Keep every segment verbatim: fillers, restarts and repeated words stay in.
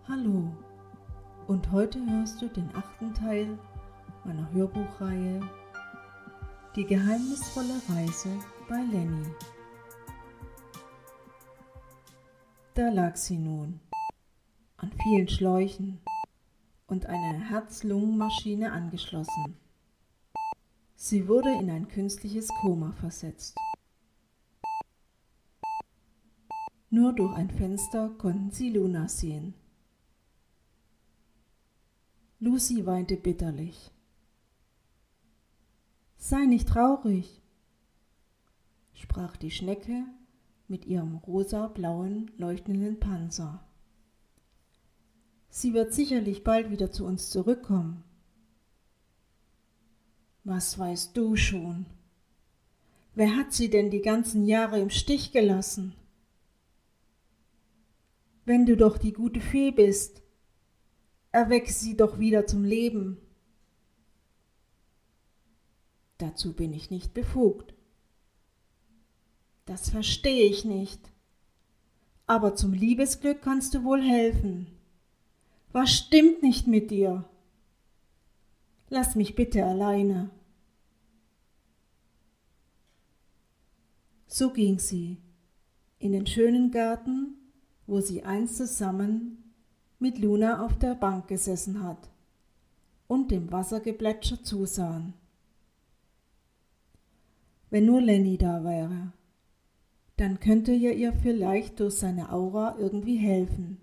Hallo, und heute hörst du den achten Teil meiner Hörbuchreihe Die geheimnisvolle Reise bei Lenny. Da lag sie nun, an vielen Schläuchen und eine Herz-Lungen-Maschine angeschlossen. Sie wurde in ein künstliches Koma versetzt. Nur durch ein Fenster konnten sie Luna sehen. Lucy weinte bitterlich. »Sei nicht traurig«, sprach die Schnecke mit ihrem rosa-blauen leuchtenden Panzer. »Sie wird sicherlich bald wieder zu uns zurückkommen.« »Was weißt du schon? Wer hat sie denn die ganzen Jahre im Stich gelassen? Wenn du doch die gute Fee bist, erwecke sie doch wieder zum Leben.« »Dazu bin ich nicht befugt.« »Das verstehe ich nicht. Aber zum Liebesglück kannst du wohl helfen. Was stimmt nicht mit dir? Lass mich bitte alleine.« So ging sie in den schönen Garten, wo sie einst zusammen mit Luna auf der Bank gesessen hat und dem Wassergeplätscher zusahen. Wenn nur Lenny da wäre, dann könnte er ihr vielleicht durch seine Aura irgendwie helfen.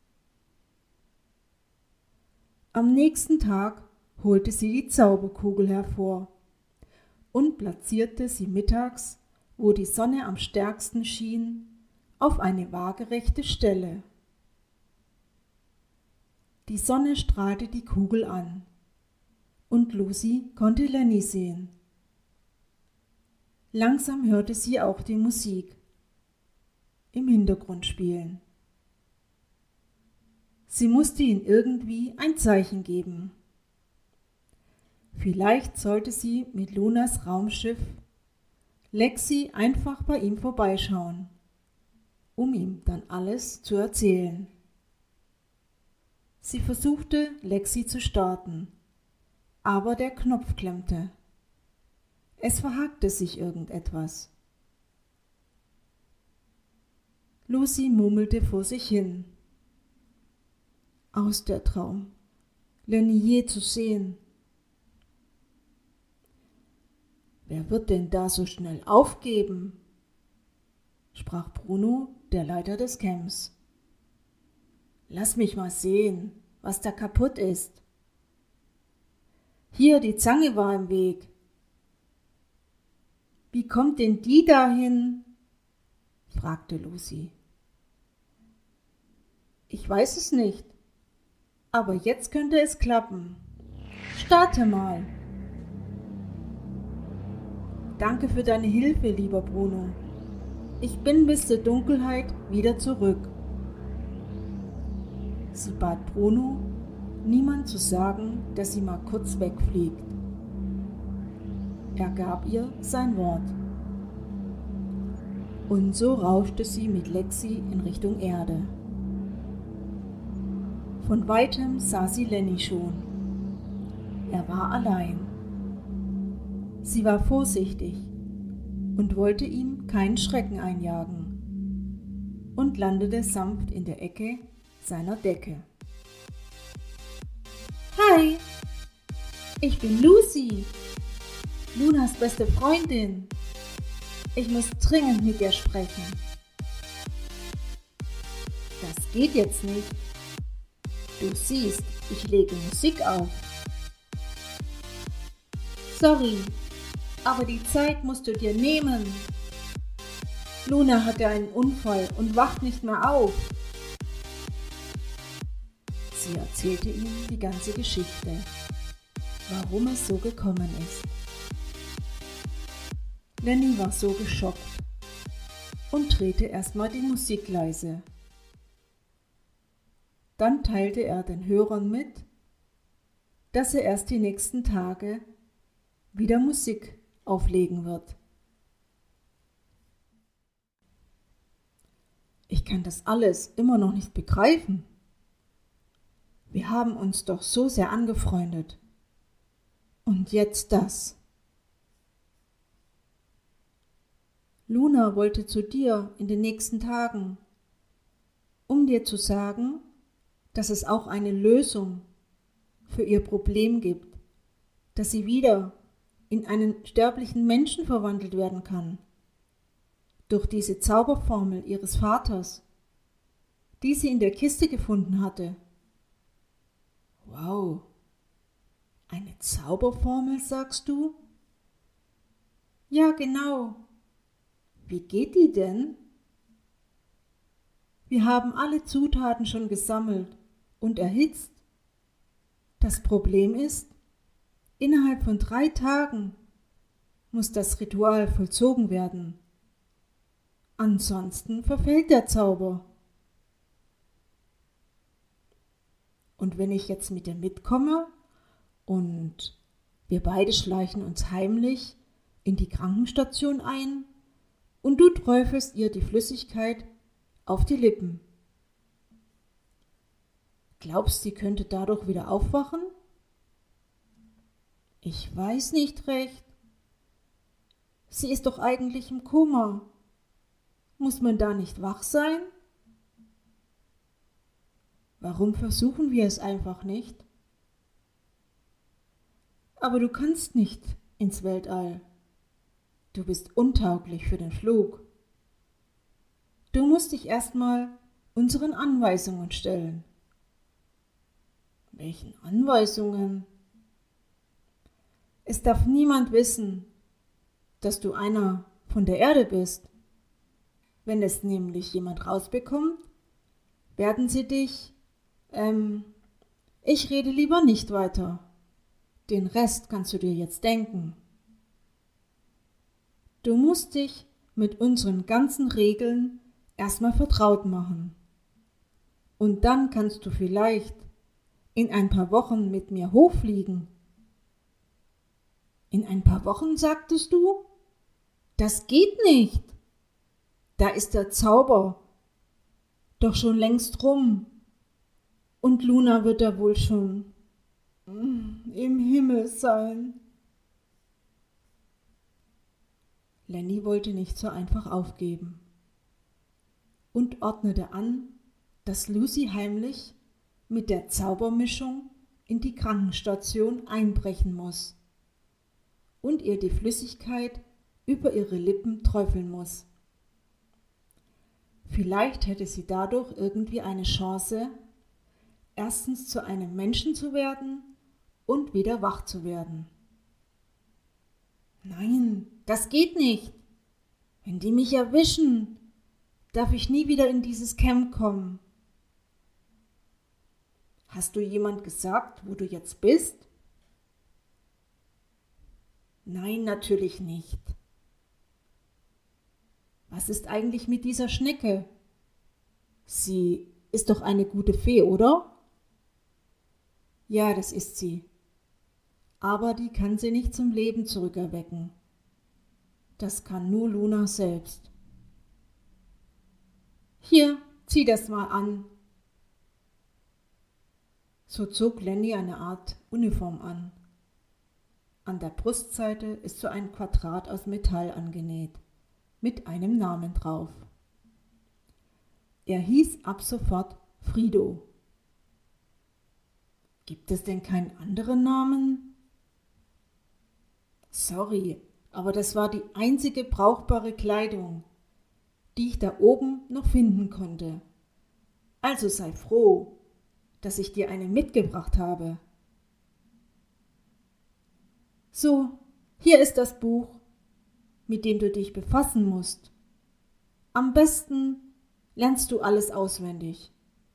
Am nächsten Tag holte sie die Zauberkugel hervor und platzierte sie mittags, wo die Sonne am stärksten schien, auf eine waagerechte Stelle. Die Sonne strahlte die Kugel an und Lucy konnte Lenny sehen. Langsam hörte sie auch die Musik im Hintergrund spielen. Sie musste ihm irgendwie ein Zeichen geben. Vielleicht sollte sie mit Lunas Raumschiff Lexi einfach bei ihm vorbeischauen, um ihm dann alles zu erzählen. Sie versuchte, Lexi zu starten, aber der Knopf klemmte. Es verhackte sich irgendetwas. Lucy murmelte vor sich hin. Aus der Traum, Lenny je zu sehen. »Wer wird denn da so schnell aufgeben?«, sprach Bruno, der Leiter des Camps. »Lass mich mal sehen, was da kaputt ist.« »Hier, die Zange war im Weg.« »Wie kommt denn die dahin?«, fragte Lucy. »Ich weiß es nicht, aber jetzt könnte es klappen. Starte mal.« »Danke für deine Hilfe, lieber Bruno. Ich bin bis zur Dunkelheit wieder zurück.« Sie bat Bruno, niemand zu sagen, dass sie mal kurz wegfliegt. Er gab ihr sein Wort. Und so rauschte sie mit Lexi in Richtung Erde. Von weitem sah sie Lenny schon. Er war allein. Sie war vorsichtig und wollte ihm keinen Schrecken einjagen und landete sanft in der Ecke seiner Decke. »Hi, ich bin Lucy, Lunas beste Freundin. Ich muss dringend mit dir sprechen.« »Das geht jetzt nicht. Du siehst, ich lege Musik auf.« »Sorry, aber die Zeit musst du dir nehmen. Luna hatte einen Unfall und wacht nicht mehr auf.« Sie erzählte ihm die ganze Geschichte, warum es so gekommen ist. Lenny war so geschockt und drehte erstmal die Musik leise. Dann teilte er den Hörern mit, dass er erst die nächsten Tage wieder Musik auflegen wird. »Ich kann das alles immer noch nicht begreifen«, Wir haben uns doch so sehr angefreundet. Und jetzt das. Luna wollte zu dir in den nächsten Tagen, um dir zu sagen, dass es auch eine Lösung für ihr Problem gibt, dass sie wieder in einen sterblichen Menschen verwandelt werden kann, durch diese Zauberformel ihres Vaters, die sie in der Kiste gefunden hatte. Wow, eine Zauberformel, sagst du? Ja, genau. Wie geht die denn? Wir haben alle Zutaten schon gesammelt und erhitzt. Das Problem ist, innerhalb von drei Tagen muss das Ritual vollzogen werden. Ansonsten verfällt der Zauber. Und wenn ich jetzt mit dir mitkomme und wir beide schleichen uns heimlich in die Krankenstation ein und du träufelst ihr die Flüssigkeit auf die Lippen. Glaubst du, sie könnte dadurch wieder aufwachen? Ich weiß nicht recht. Sie ist doch eigentlich im Koma. Muss man da nicht wach sein? Warum versuchen wir es einfach nicht? Aber du kannst nicht ins Weltall. Du bist untauglich für den Flug. Du musst dich erstmal unseren Anweisungen stellen. Welchen Anweisungen? Es darf niemand wissen, dass du einer von der Erde bist. Wenn es nämlich jemand rausbekommt, werden sie dich, ähm, ich rede lieber nicht weiter. Den Rest kannst du dir jetzt denken. Du musst dich mit unseren ganzen Regeln erstmal vertraut machen. Und dann kannst du vielleicht in ein paar Wochen mit mir hochfliegen. In ein paar Wochen, sagtest du? Das geht nicht. Da ist der Zauber doch schon längst rum. Und Luna wird da wohl schon im Himmel sein. Lenny wollte nicht so einfach aufgeben und ordnete an, dass Lucy heimlich mit der Zaubermischung in die Krankenstation einbrechen muss und ihr die Flüssigkeit über ihre Lippen träufeln muss. Vielleicht hätte sie dadurch irgendwie eine Chance, erstens zu einem Menschen zu werden und wieder wach zu werden. Nein, das geht nicht. Wenn die mich erwischen, darf ich nie wieder in dieses Camp kommen. Hast du jemand gesagt, wo du jetzt bist? Nein, natürlich nicht. Was ist eigentlich mit dieser Schnecke? Sie ist doch eine gute Fee, oder? Ja, das ist sie. Aber die kann sie nicht zum Leben zurückerwecken. Das kann nur Luna selbst. Hier, zieh das mal an. So zog Lenny eine Art Uniform an. An der Brustseite ist so ein Quadrat aus Metall angenäht, mit einem Namen drauf. Er hieß ab sofort Frido. Gibt es denn keinen anderen Namen? Sorry, aber das war die einzige brauchbare Kleidung, die ich da oben noch finden konnte. Also sei froh, dass ich dir eine mitgebracht habe. So, hier ist das Buch, mit dem du dich befassen musst. Am besten lernst du alles auswendig.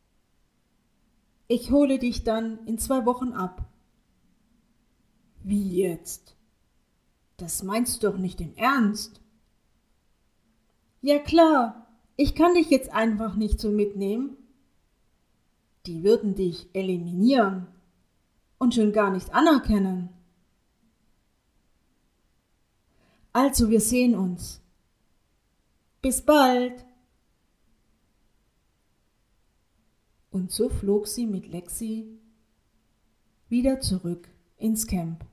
Ich hole dich dann in zwei Wochen ab. Wie jetzt? Das meinst du doch nicht im Ernst? Ja klar, ich kann dich jetzt einfach nicht so mitnehmen. Die würden dich eliminieren und schon gar nicht anerkennen. Also, wir sehen uns. Bis bald. Und so flog sie mit Lexi wieder zurück ins Camp.